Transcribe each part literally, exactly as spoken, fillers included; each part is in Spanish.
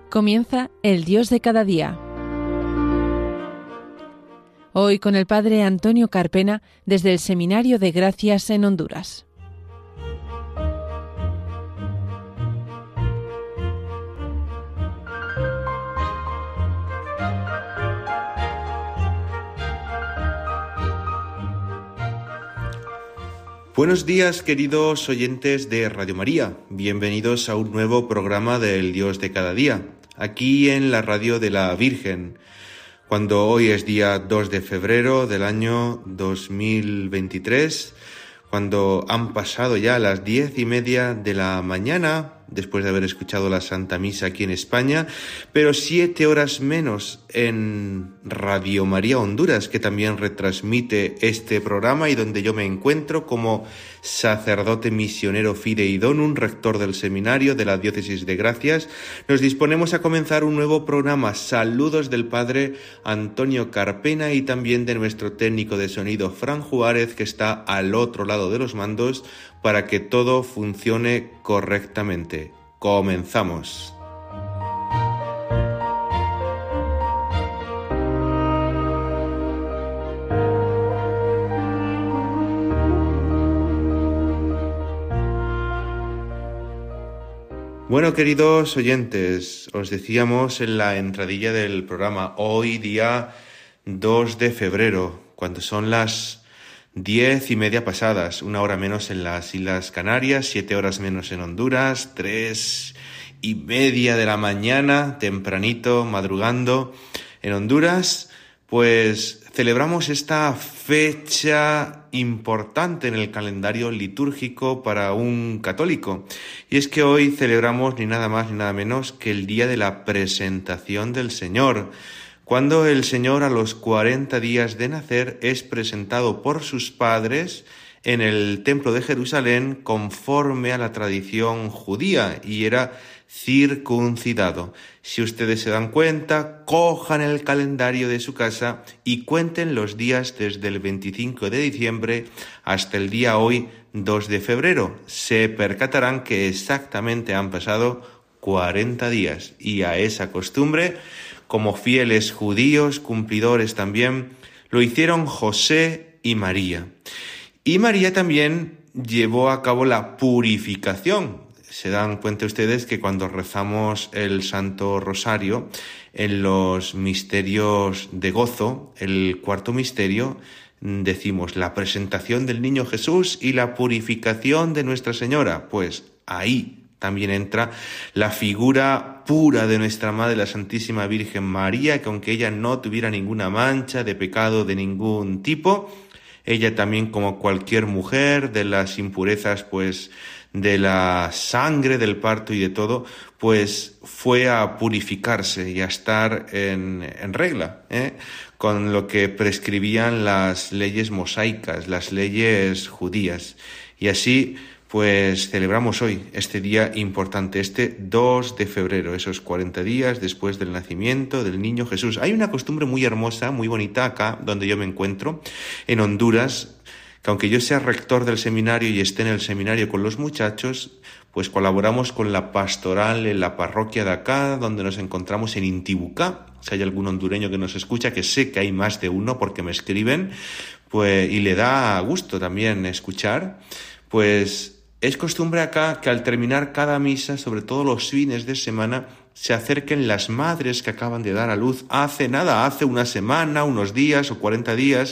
Comienza el Dios de cada día. Hoy con el Padre Antonio Carpena desde el Seminario de Gracias en Honduras. Buenos días, queridos oyentes de Radio María. Bienvenidos a un nuevo programa del Dios de cada día, aquí en la Radio de la Virgen, cuando hoy es día dos de febrero del año dos mil veintitrés, cuando han pasado ya las diez y media de la mañana, después de haber escuchado la Santa Misa aquí en España, pero siete horas menos en Radio María Honduras, que también retransmite este programa y donde yo me encuentro como sacerdote misionero Fidei Donum, rector del seminario de la Diócesis de Gracias. Nos disponemos a comenzar un nuevo programa. Saludos del Padre Antonio Carpena y también de nuestro técnico de sonido, Fran Juárez, que está al otro lado de los mandos para que todo funcione correctamente. Comenzamos. Bueno, queridos oyentes, os decíamos en la entradilla del programa, hoy día dos de febrero, cuando son las diez y media pasadas, una hora menos en las Islas Canarias, siete horas menos en Honduras, tres y media de la mañana, tempranito, madrugando en Honduras, pues celebramos esta fecha importante en el calendario litúrgico para un católico. Y es que hoy celebramos ni nada más ni nada menos que el día de la presentación del Señor, cuando el Señor a los cuarenta días de nacer es presentado por sus padres en el templo de Jerusalén conforme a la tradición judía y era circuncidado. Si ustedes se dan cuenta, cojan el calendario de su casa y cuenten los días desde el veinticinco de diciembre hasta el día hoy dos de febrero. Se percatarán que exactamente han pasado cuarenta días y a esa costumbre, como fieles judíos, cumplidores también, lo hicieron José y María. Y María también llevó a cabo la purificación. Se dan cuenta ustedes que cuando rezamos el Santo Rosario, en los misterios de gozo, el cuarto misterio, decimos la presentación del niño Jesús y la purificación de Nuestra Señora. Pues ahí también entra la figura pura de nuestra Madre, la Santísima Virgen María, que aunque ella no tuviera ninguna mancha de pecado de ningún tipo, ella también, como cualquier mujer, de las impurezas, pues, de la sangre, del parto y de todo, pues fue a purificarse y a estar en, en regla, ¿eh? con lo que prescribían las leyes mosaicas, las leyes judías. Y así, pues celebramos hoy este día importante, este dos de febrero, esos cuarenta días después del nacimiento del niño Jesús. Hay una costumbre muy hermosa, muy bonita acá donde yo me encuentro, en Honduras, que aunque yo sea rector del seminario y esté en el seminario con los muchachos, pues colaboramos con la pastoral en la parroquia de acá, donde nos encontramos en Intibucá. Si hay algún hondureño que nos escucha, que sé que hay más de uno porque me escriben, pues y le da gusto también escuchar, pues es costumbre acá que al terminar cada misa, sobre todo los fines de semana, se acerquen las madres que acaban de dar a luz hace nada, hace una semana, unos días o cuarenta días,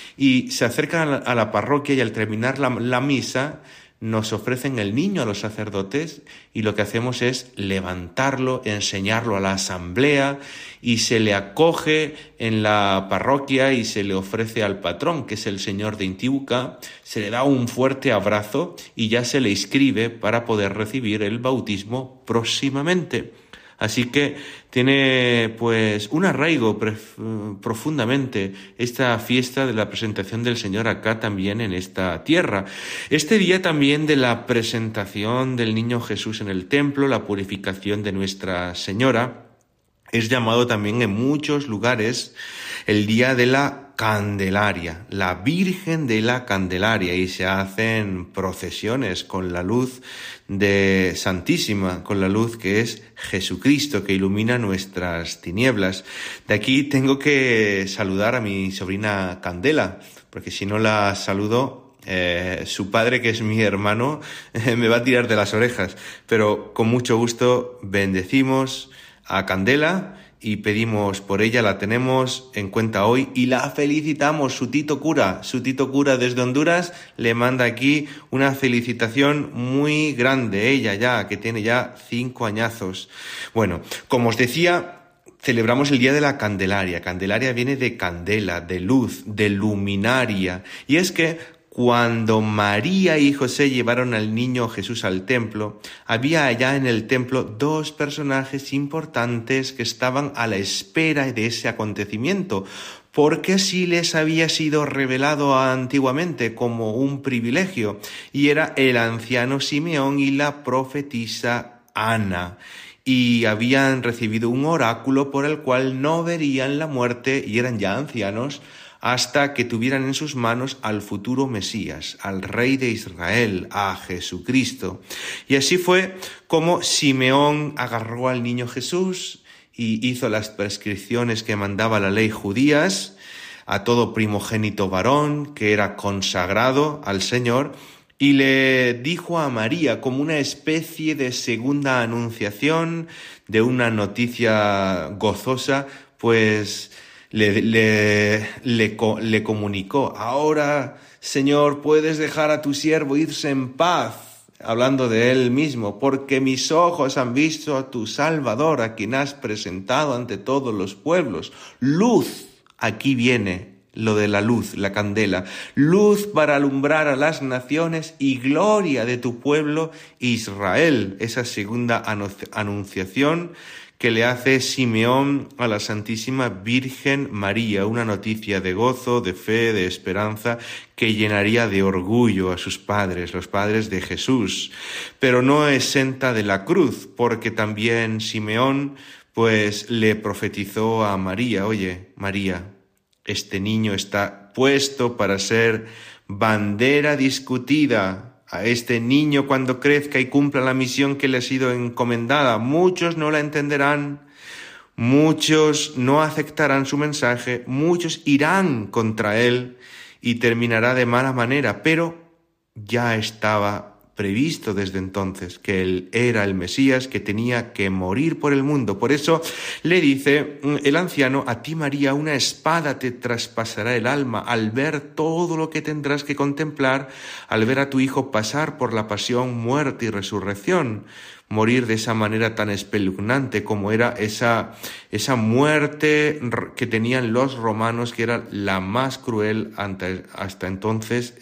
y se acercan a la, a la parroquia y al terminar la, la misa nos ofrecen el niño a los sacerdotes y lo que hacemos es levantarlo, enseñarlo a la asamblea y se le acoge en la parroquia y se le ofrece al patrón, que es el señor de Intibucá, se le da un fuerte abrazo y ya se le inscribe para poder recibir el bautismo próximamente. Así que tiene pues un arraigo pref- profundamente esta fiesta de la presentación del Señor acá también en esta tierra. Este día también de la presentación del niño Jesús en el templo, la purificación de Nuestra Señora, es llamado también en muchos lugares el día de la Candelaria, la Virgen de la Candelaria, y se hacen procesiones con la luz de Santísima, con la luz que es Jesucristo, que ilumina nuestras tinieblas. De aquí tengo que saludar a mi sobrina Candela, porque si no la saludo, Eh, su padre, que es mi hermano, eh, me va a tirar de las orejas. Pero con mucho gusto bendecimos a Candela y pedimos por ella, la tenemos en cuenta hoy y la felicitamos. Su tito cura, su tito cura desde Honduras le manda aquí una felicitación muy grande, ella ya, que tiene ya cinco añazos. Bueno, como os decía, celebramos el Día de la Candelaria. Candelaria viene de candela, de luz, de luminaria. Y es que cuando María y José llevaron al niño Jesús al templo, había allá en el templo dos personajes importantes que estaban a la espera de ese acontecimiento, porque así les había sido revelado antiguamente como un privilegio, y era el anciano Simeón y la profetisa Ana. Y habían recibido un oráculo por el cual no verían la muerte, y eran ya ancianos, hasta que tuvieran en sus manos al futuro Mesías, al Rey de Israel, a Jesucristo. Y así fue como Simeón agarró al niño Jesús y hizo las prescripciones que mandaba la ley judías a todo primogénito varón que era consagrado al Señor, y le dijo a María como una especie de segunda anunciación de una noticia gozosa, pues Le, le, le, le comunicó: ahora, Señor, puedes dejar a tu siervo irse en paz, hablando de él mismo, porque mis ojos han visto a tu Salvador, a quien has presentado ante todos los pueblos. Luz, aquí viene lo de la luz, la candela, luz para alumbrar a las naciones y gloria de tu pueblo Israel. Esa segunda anunciación que le hace Simeón a la Santísima Virgen María, una noticia de gozo, de fe, de esperanza, que llenaría de orgullo a sus padres, los padres de Jesús. Pero no exenta de la cruz, porque también Simeón pues le profetizó a María: oye, María, este niño está puesto para ser bandera discutida. A este niño, cuando crezca y cumpla la misión que le ha sido encomendada, muchos no la entenderán, muchos no aceptarán su mensaje, muchos irán contra él y terminará de mala manera, pero ya estaba previsto desde entonces que él era el Mesías, que tenía que morir por el mundo. Por eso le dice el anciano: a ti, María, una espada te traspasará el alma al ver todo lo que tendrás que contemplar, al ver a tu hijo pasar por la pasión, muerte y resurrección, morir de esa manera tan espeluznante como era esa, esa muerte que tenían los romanos, que era la más cruel hasta entonces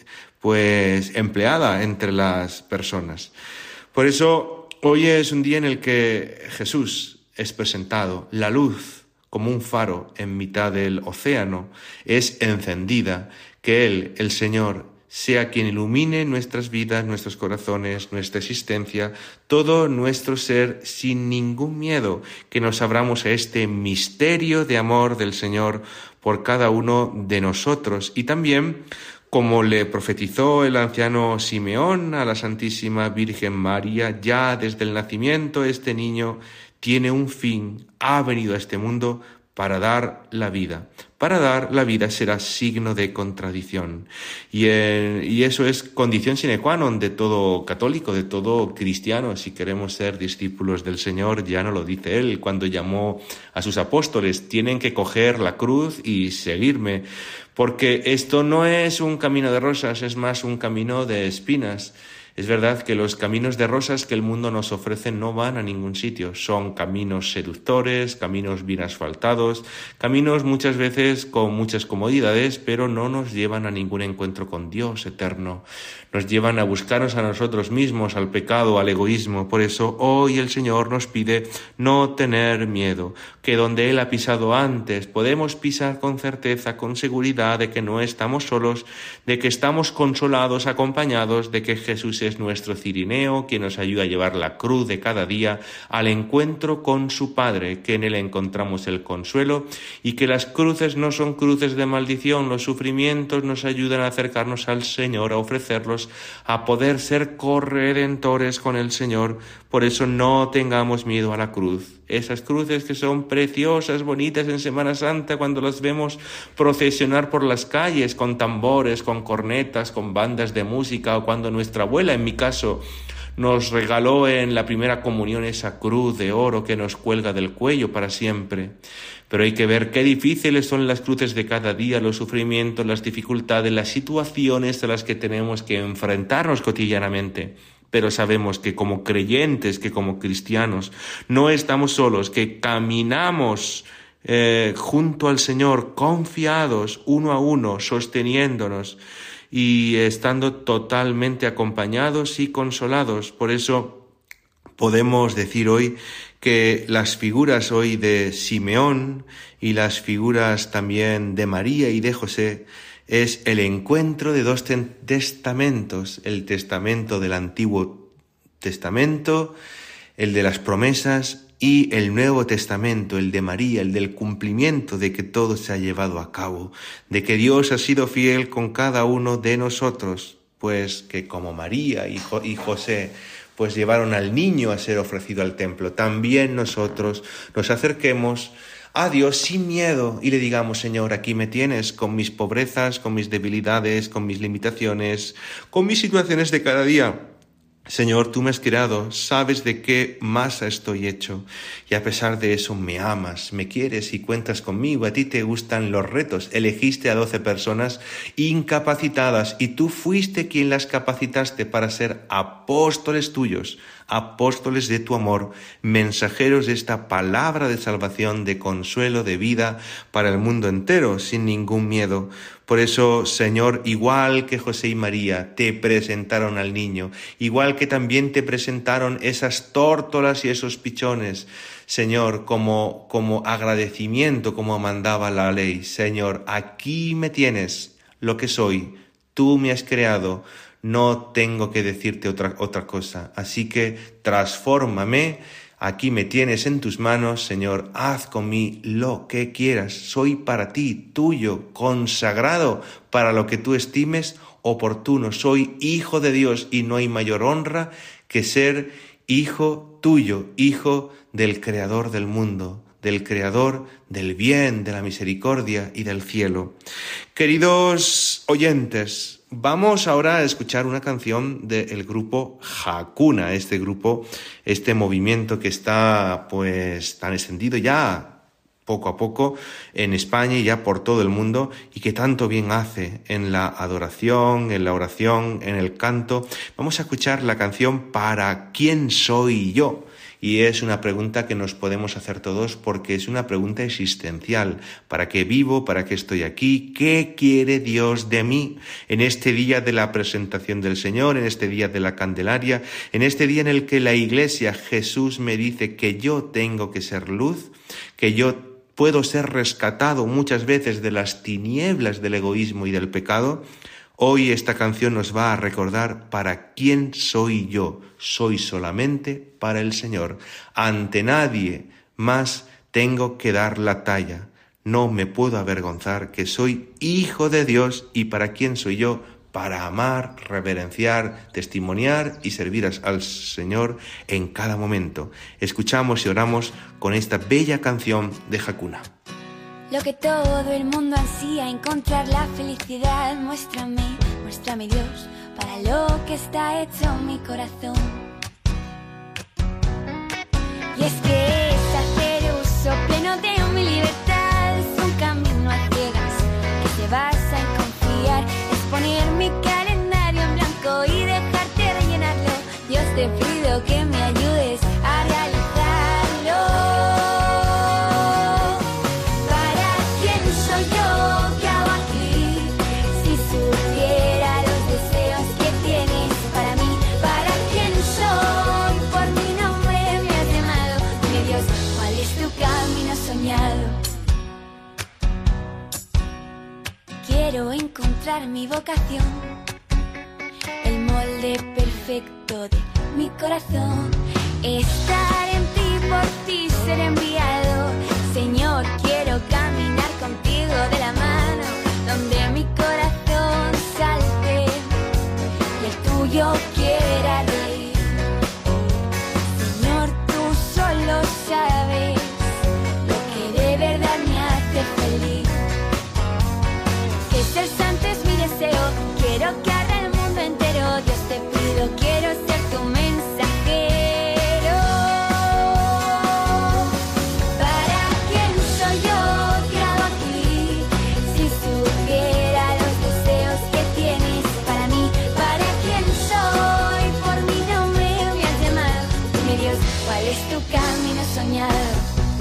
pues empleada entre las personas. Por eso hoy es un día en el que Jesús es presentado, la luz como un faro en mitad del océano es encendida, que Él, el Señor, sea quien ilumine nuestras vidas, nuestros corazones, nuestra existencia, todo nuestro ser, sin ningún miedo, que nos abramos a este misterio de amor del Señor por cada uno de nosotros. Y también, como le profetizó el anciano Simeón a la Santísima Virgen María, ya desde el nacimiento este niño tiene un fin, ha venido a este mundo para dar la vida. Para dar la vida será signo de contradicción. Y, eh, y eso es condición sine qua non de todo católico, de todo cristiano. Si queremos ser discípulos del Señor, ya no lo dice Él cuando llamó a sus apóstoles: tienen que coger la cruz y seguirme. Porque esto no es un camino de rosas, es más un camino de espinas. Es verdad que los caminos de rosas que el mundo nos ofrece no van a ningún sitio. Son caminos seductores, caminos bien asfaltados, caminos muchas veces con muchas comodidades, pero no nos llevan a ningún encuentro con Dios eterno. Nos llevan a buscarnos a nosotros mismos, al pecado, al egoísmo. Por eso hoy el Señor nos pide no tener miedo, que donde Él ha pisado antes podemos pisar con certeza, con seguridad de que no estamos solos, de que estamos consolados, acompañados, de que Jesús Jesús es nuestro cirineo, que nos ayuda a llevar la cruz de cada día al encuentro con su Padre, que en él encontramos el consuelo y que las cruces no son cruces de maldición, los sufrimientos nos ayudan a acercarnos al Señor, a ofrecerlos, a poder ser corredentores con el Señor. Por eso no tengamos miedo a la cruz. Esas cruces que son preciosas, bonitas en Semana Santa, cuando las vemos procesionar por las calles con tambores, con cornetas, con bandas de música, o cuando nuestra abuela, en mi caso, nos regaló en la primera comunión esa cruz de oro que nos cuelga del cuello para siempre. Pero hay que ver qué difíciles son las cruces de cada día, los sufrimientos, las dificultades, las situaciones a las que tenemos que enfrentarnos cotidianamente. Pero sabemos que como creyentes, que como cristianos, no estamos solos, que caminamos eh, junto al Señor, confiados, uno a uno, sosteniéndonos y estando totalmente acompañados y consolados. Por eso podemos decir hoy que las figuras hoy de Simeón y las figuras también de María y de José es el encuentro de dos testamentos, el testamento del Antiguo Testamento, el de las promesas, y el Nuevo Testamento, el de María, el del cumplimiento de que todo se ha llevado a cabo, de que Dios ha sido fiel con cada uno de nosotros, pues que como María y, jo- y José pues llevaron al niño a ser ofrecido al templo, también nosotros nos acerquemos a Dios sin miedo y le digamos: Señor, aquí me tienes con mis pobrezas, con mis debilidades, con mis limitaciones, con mis situaciones de cada día. Señor, tú me has creado, sabes de qué masa estoy hecho, y a pesar de eso me amas, me quieres y cuentas conmigo. A ti te gustan los retos. Elegiste a doce personas incapacitadas y tú fuiste quien las capacitaste para ser apóstoles tuyos, apóstoles de tu amor, mensajeros de esta palabra de salvación, de consuelo, de vida para el mundo entero, sin ningún miedo. Por eso, Señor, igual que José y María te presentaron al niño, igual que también te presentaron esas tórtolas y esos pichones, Señor, como, como agradecimiento, como mandaba la ley. Señor, aquí me tienes, lo que soy, tú me has creado, no tengo que decirte otra, otra cosa. Así que transfórmame, aquí me tienes en tus manos, Señor, haz con mí lo que quieras. Soy para ti, tuyo, consagrado para lo que tú estimes oportuno. Soy hijo de Dios y no hay mayor honra que ser hijo tuyo, hijo del Creador del mundo, del Creador del bien, de la misericordia y del cielo. Queridos oyentes, vamos ahora a escuchar una canción del grupo Hakuna, este grupo, este movimiento que está pues tan extendido ya poco a poco en España y ya por todo el mundo, y que tanto bien hace en la adoración, en la oración, en el canto. Vamos a escuchar la canción ¿Para quién soy yo? Y es una pregunta que nos podemos hacer todos porque es una pregunta existencial. ¿Para qué vivo? ¿Para qué estoy aquí? ¿Qué quiere Dios de mí en este día de la presentación del Señor, en este día de la Candelaria, en este día en el que la Iglesia, Jesús me dice que yo tengo que ser luz, que yo puedo ser rescatado muchas veces de las tinieblas del egoísmo y del pecado? Hoy esta canción nos va a recordar para quién soy yo. Soy solamente para el Señor. Ante nadie más tengo que dar la talla. No me puedo avergonzar que soy hijo de Dios. ¿Y para quién soy yo? Para amar, reverenciar, testimoniar y servir al Señor en cada momento. Escuchamos y oramos con esta bella canción de Hakuna. Lo que todo el mundo ansía, encontrar la felicidad. Muéstrame, muéstrame Dios, para lo que está hecho mi corazón. Y es que es hacer uso pleno de mi libertad. Es un camino a ciegas que se basa en confiar. Es poner mi calendario en blanco y dejarte rellenarlo. Dios, te pido que me ayudes a realizarlo. Quiero encontrar mi vocación, el molde perfecto perfecto de mi corazón. Estar en ti, por ti ser enviado. Señor, quiero caminar contigo de la mano, donde mi corazón salte y el tuyo quiera reír. Señor, tú solo sabes lo que de verdad me hace feliz. Que ser santo es mi deseo, quiero que arda el mundo entero. Dios te pido, quiero ser tu mensajero. ¿Para quién soy yo? ¿Qué hago aquí? Si supiera los deseos que tienes para mí. ¿Para quién soy? Por mi nombre me has llamado. Dime, Dios, ¿cuál es tu camino soñado?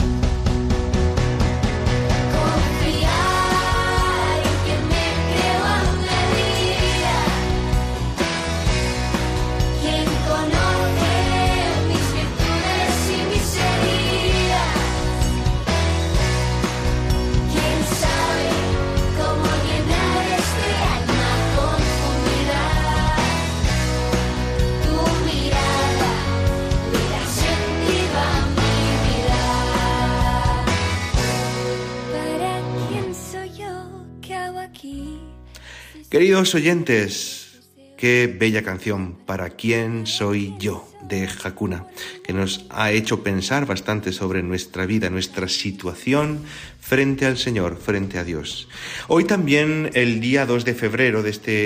Queridos oyentes, qué bella canción, ¿Para quién soy yo?, de Hakuna, que nos ha hecho pensar bastante sobre nuestra vida, nuestra situación frente al Señor, frente a Dios. Hoy también, el día dos de febrero, de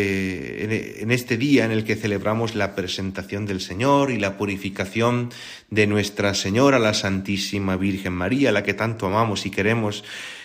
este, en este día en el que celebramos la presentación del Señor y la purificación de Nuestra Señora, la Santísima Virgen María, la que tanto amamos y queremos,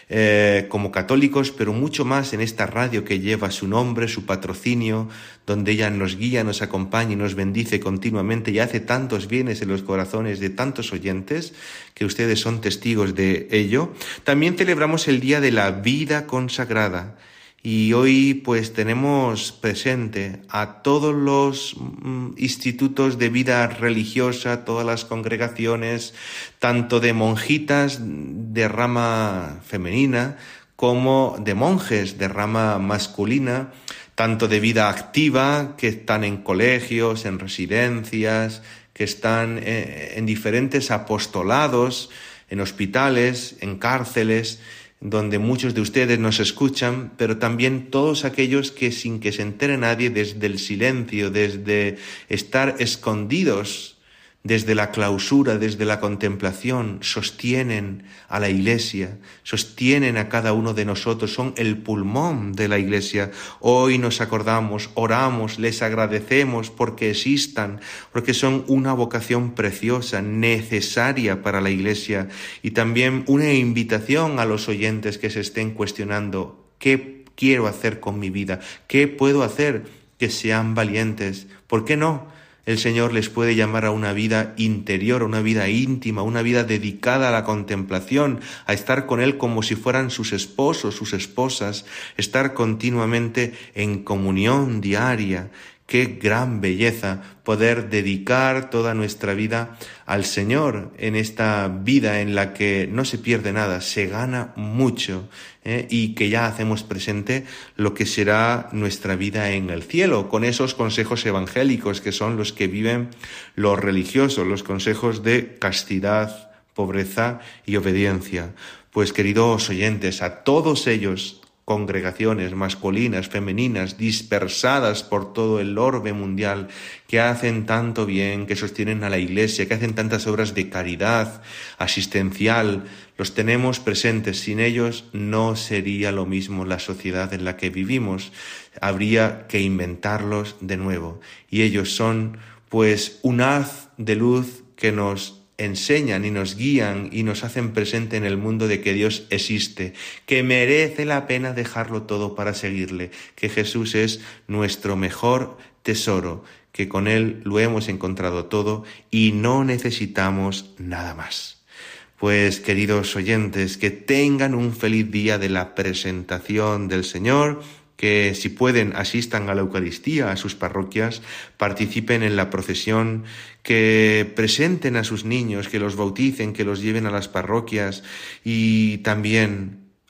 Eh, como católicos, pero mucho más en esta radio que lleva su nombre, su patrocinio, donde ella nos guía, nos acompaña y nos bendice continuamente y hace tantos bienes en los corazones de tantos oyentes, que ustedes son testigos de ello. También celebramos el Día de la Vida Consagrada. Y hoy pues tenemos presente a todos los mm, institutos de vida religiosa, todas las congregaciones, tanto de monjitas de rama femenina como de monjes de rama masculina, tanto de vida activa, que están en colegios, en residencias, que están eh, en diferentes apostolados, en hospitales, en cárceles, donde muchos de ustedes nos escuchan, pero también todos aquellos que, sin que se entere nadie, desde el silencio, desde estar escondidos, desde la clausura, desde la contemplación, sostienen a la Iglesia, sostienen a cada uno de nosotros, son el pulmón de la Iglesia. Hoy nos acordamos, oramos, les agradecemos porque existan, porque son una vocación preciosa, necesaria para la Iglesia, y también una invitación a los oyentes que se estén cuestionando: ¿qué quiero hacer con mi vida? ¿Qué puedo hacer? Que sean valientes. ¿Por qué no? El Señor les puede llamar a una vida interior, a una vida íntima, una vida dedicada a la contemplación, a estar con Él como si fueran sus esposos, sus esposas, estar continuamente en comunión diaria. Qué gran belleza poder dedicar toda nuestra vida al Señor en esta vida en la que no se pierde nada, se gana mucho, ¿eh? Y que ya hacemos presente lo que será nuestra vida en el cielo, con esos consejos evangélicos que son los que viven los religiosos, los consejos de castidad, pobreza y obediencia. Pues, queridos oyentes, a todos ellos, congregaciones masculinas, femeninas, dispersadas por todo el orbe mundial, que hacen tanto bien, que sostienen a la Iglesia, que hacen tantas obras de caridad asistencial, los tenemos presentes. Sin ellos no sería lo mismo la sociedad en la que vivimos. Habría que inventarlos de nuevo. Y ellos son, pues, un haz de luz que nos enseñan y nos guían y nos hacen presente en el mundo de que Dios existe, que merece la pena dejarlo todo para seguirle, que Jesús es nuestro mejor tesoro, que con Él lo hemos encontrado todo y no necesitamos nada más. Pues, queridos oyentes, que tengan un feliz día de la presentación del Señor, que si pueden asistan a la Eucaristía, a sus parroquias, participen en la procesión, que presenten a sus niños, que los bauticen, que los lleven a las parroquias, y también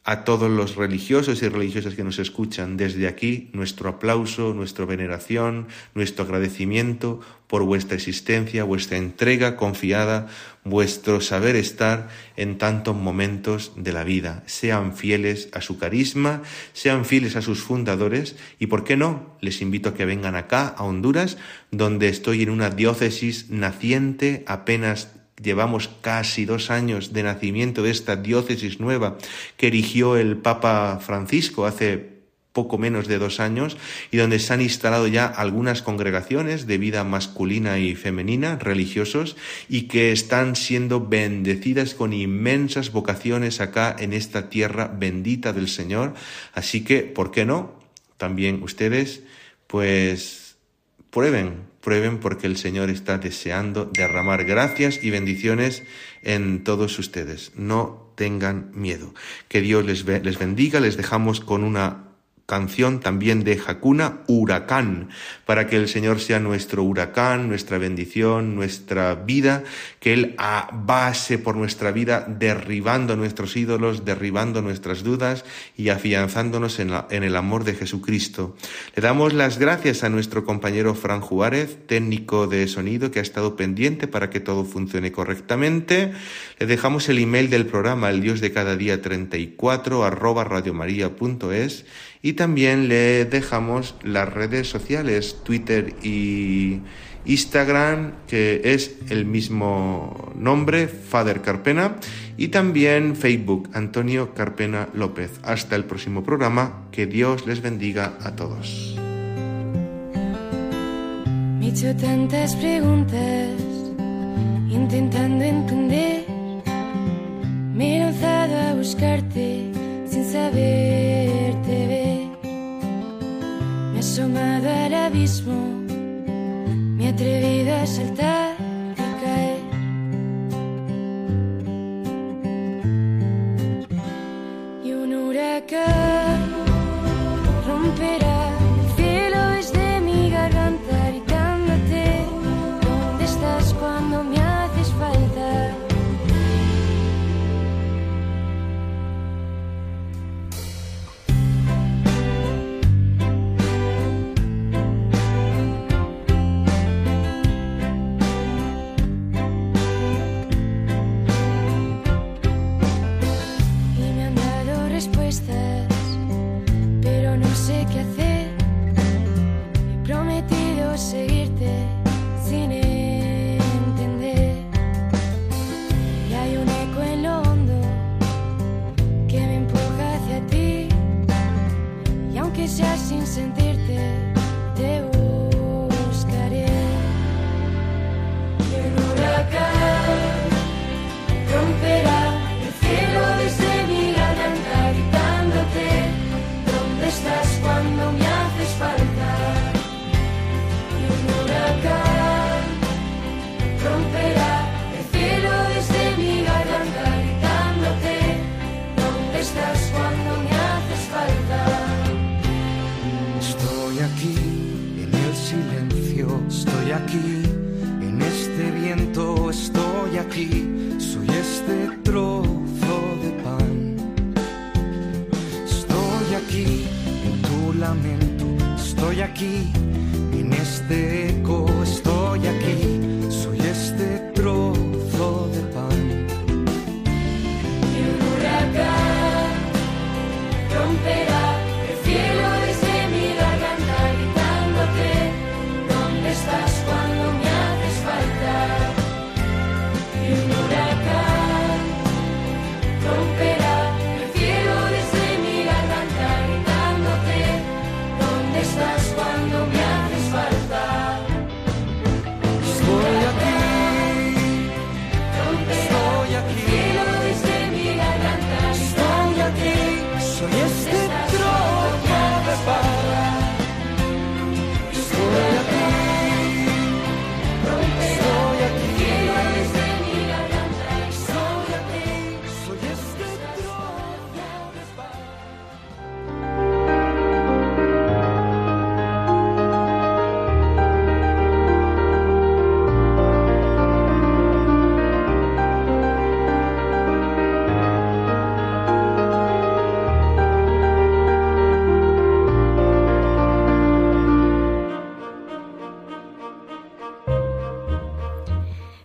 a todos los religiosos y religiosas que nos escuchan, desde aquí nuestro aplauso, nuestra veneración, nuestro agradecimiento por vuestra existencia, vuestra entrega confiada, vuestro saber estar en tantos momentos de la vida. Sean fieles a su carisma, sean fieles a sus fundadores y, ¿por qué no?, les invito a que vengan acá, a Honduras, donde estoy en una diócesis naciente. Apenas llevamos casi dos años de nacimiento de esta diócesis nueva que erigió el Papa Francisco hace poco menos de dos años y donde se han instalado ya algunas congregaciones de vida masculina y femenina, religiosos, y que están siendo bendecidas con inmensas vocaciones acá en esta tierra bendita del Señor. Así que, ¿por qué no? También ustedes, pues, prueben, prueben porque el Señor está deseando derramar gracias y bendiciones en todos ustedes. No tengan miedo. Que Dios les, be- les bendiga. Les dejamos con una canción también de Hakuna, Huracán, para que el Señor sea nuestro huracán, nuestra bendición, nuestra vida, que Él base por nuestra vida, derribando nuestros ídolos, derribando nuestras dudas y afianzándonos en, la, en el amor de Jesucristo. Le damos las gracias a nuestro compañero Fran Juárez, técnico de sonido, que ha estado pendiente para que todo funcione correctamente. Le dejamos el email del programa, el Dios de cada día treinta y cuatro, arroba radiomaria punto es. Y también le dejamos las redes sociales, Twitter y Instagram, que es el mismo nombre, Father Carpena, y también Facebook, Antonio Carpena López. Hasta el próximo programa, que Dios les bendiga a todos. Me he hecho tantas preguntas, intentando entender. Me he lanzado a buscarte sin saberte ver. Me he asomado al abismo, me he atrevido a saltar y caer. Y un huracán romperá el cielo desde mi garganta, gritándote: ¿dónde estás cuando me haces falta? Pero no sé qué hacer.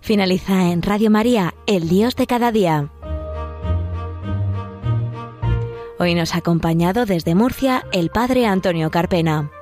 Finaliza en Radio María, El Dios de cada día. Hoy nos ha acompañado desde Murcia el Padre Antonio Carpena.